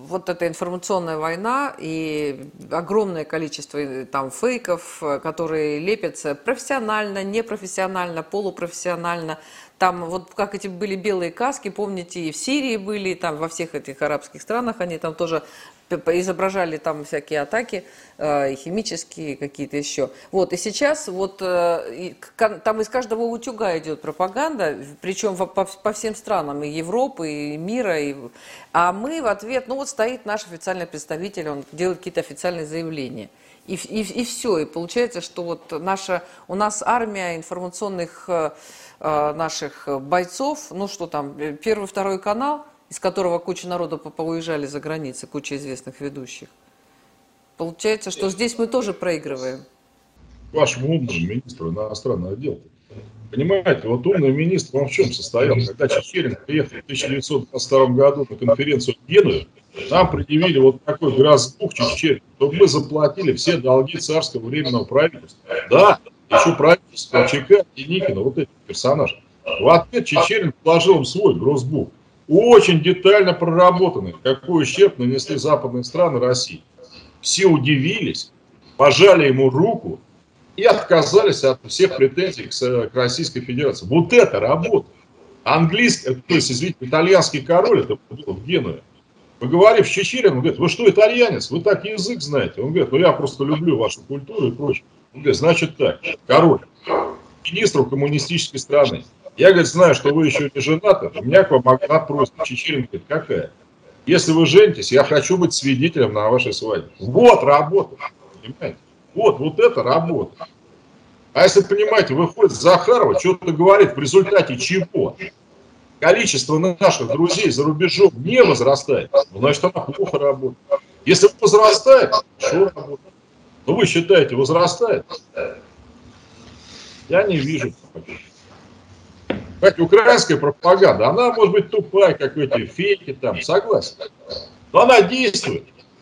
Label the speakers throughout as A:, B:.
A: вот эта информационная война и огромное количество там фейков, которые лепятся профессионально, непрофессионально, полупрофессионально. Там вот как эти были белые каски, помните, и в Сирии были, и там во всех этих арабских странах они там тоже изображали там всякие атаки, и химические какие-то еще. Вот, и сейчас вот там из каждого утюга идет пропаганда, причем по всем странам, и Европы, и мира. А мы в ответ, ну вот стоит наш официальный представитель, он делает какие-то официальные заявления. И все, и получается, что вот у нас армия информационных наших бойцов, ну что там, Первый, Второй канал, из которого куча народа поуезжали за границей, куча известных ведущих. Получается, что здесь мы тоже проигрываем.
B: Вашему умному министру иностранных дел. Понимаете, вот умный министр, он в чем состоял? Когда Чичерин приехал в 1922 году на конференцию в Геную, нам предъявили вот такой грозбух Чичерин, чтобы мы заплатили все долги царского временного правительства. Да, еще правительство ЧК и Никина, вот эти персонажи. В ответ Чичерин положил им свой грозбух. Очень детально проработанный, какой ущерб нанесли западные страны России. Все удивились, пожали ему руку и отказались от всех претензий к Российской Федерации. Вот это работа. Английский, то есть, извините, итальянский король, это было в Генуе. Поговорив с Чичериным, он говорит: вы что, итальянец? Вы так язык знаете? Он говорит: ну я просто люблю вашу культуру и прочее. Он говорит: значит так, король, министру коммунистической страны. Я, говорит, знаю, что вы еще не женаты, у меня к вам одна просьба. Чичерин говорит: какая? Если вы женитесь, я хочу быть свидетелем на вашей свадьбе. Вот работа. Понимаете? Вот это работа. А если, понимаете, выходит Захарова, что-то говорит, в результате чего количество наших друзей за рубежом не возрастает, ну, значит, она плохо работает. Если возрастает, что работает? Ну, вы считаете, возрастает? Я не вижу. Кстати, украинская пропаганда, она может быть тупая, как эти фейки там, согласен. Но она действует.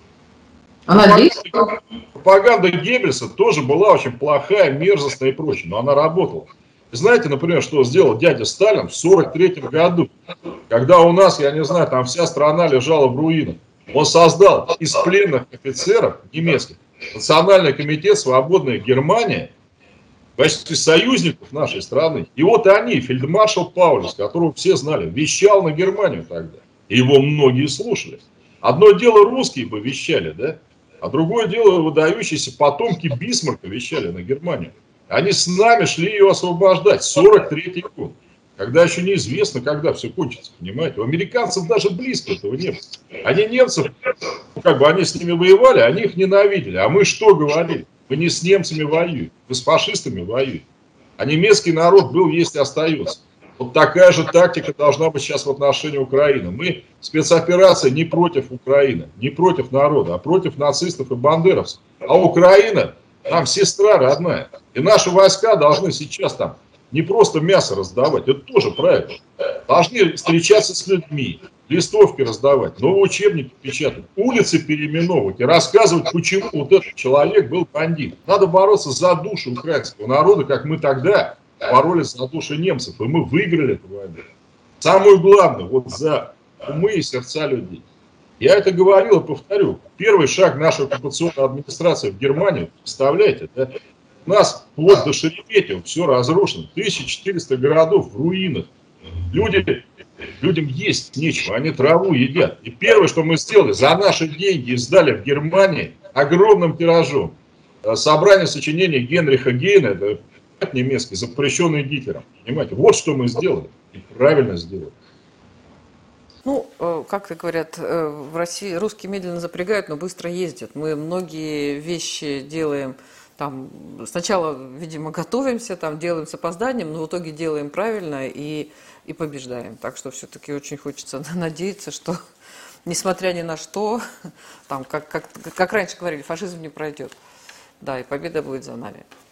B: Пропаганда Геббельса тоже была очень плохая, мерзостная и прочее, но она работала. Знаете, например, что сделал дядя Сталин в 1943 году, когда у нас, я не знаю, там вся страна лежала в руинах. Он создал из пленных офицеров немецких Национальный комитет «Свободная Германия» в качестве союзников нашей страны. И вот они, фельдмаршал Паулюс, которого все знали, вещал на Германию тогда. И его многие слушали. Одно дело русские бы вещали, да? А другое дело выдающиеся потомки Бисмарка вещали на Германию. Они с нами шли ее освобождать. 43-й год. Когда еще неизвестно, когда все кончится, понимаете? У американцев даже близко этого не было. Они немцев, как бы они с ними воевали, они их ненавидели. А мы что говорили? Вы не с немцами воюете, вы с фашистами воюете. А немецкий народ был, есть и остается. Вот такая же тактика должна быть сейчас в отношении Украины. Мы спецоперация не против Украины, не против народа, а против нацистов и бандеровцев. А Украина нам сестра родная. И наши войска должны сейчас там не просто мясо раздавать, это тоже правильно. Должны встречаться с людьми, листовки раздавать, новые учебники печатать, улицы переименовывать и рассказывать, почему вот этот человек был бандит. Надо бороться за душу украинского народа, как мы тогда боролись за души немцев, и мы выиграли эту войну. Самое главное, вот за умы и сердца людей. Я это говорил и повторю. Первый шаг нашей оккупационной администрации в Германии, представляете, да? У нас вплоть до Шереметьево все разрушено. 1400 городов в руинах. Людям есть нечего, они траву едят. И первое, что мы сделали, за наши деньги издали в Германии огромным тиражом собрание сочинений Генриха Гейна, это немецкий, запрещенный Гитлером. Понимаете, вот что мы сделали. И правильно сделали.
A: Ну, как говорят, в России русские медленно запрягают, но быстро ездят. Мы многие вещи делаем там, сначала, видимо, готовимся, там, делаем с опозданием, но в итоге делаем правильно и побеждаем. Так что все-таки очень хочется надеяться, что, несмотря ни на что, там, как раньше говорили, фашизм не пройдет. Да, и победа будет за нами.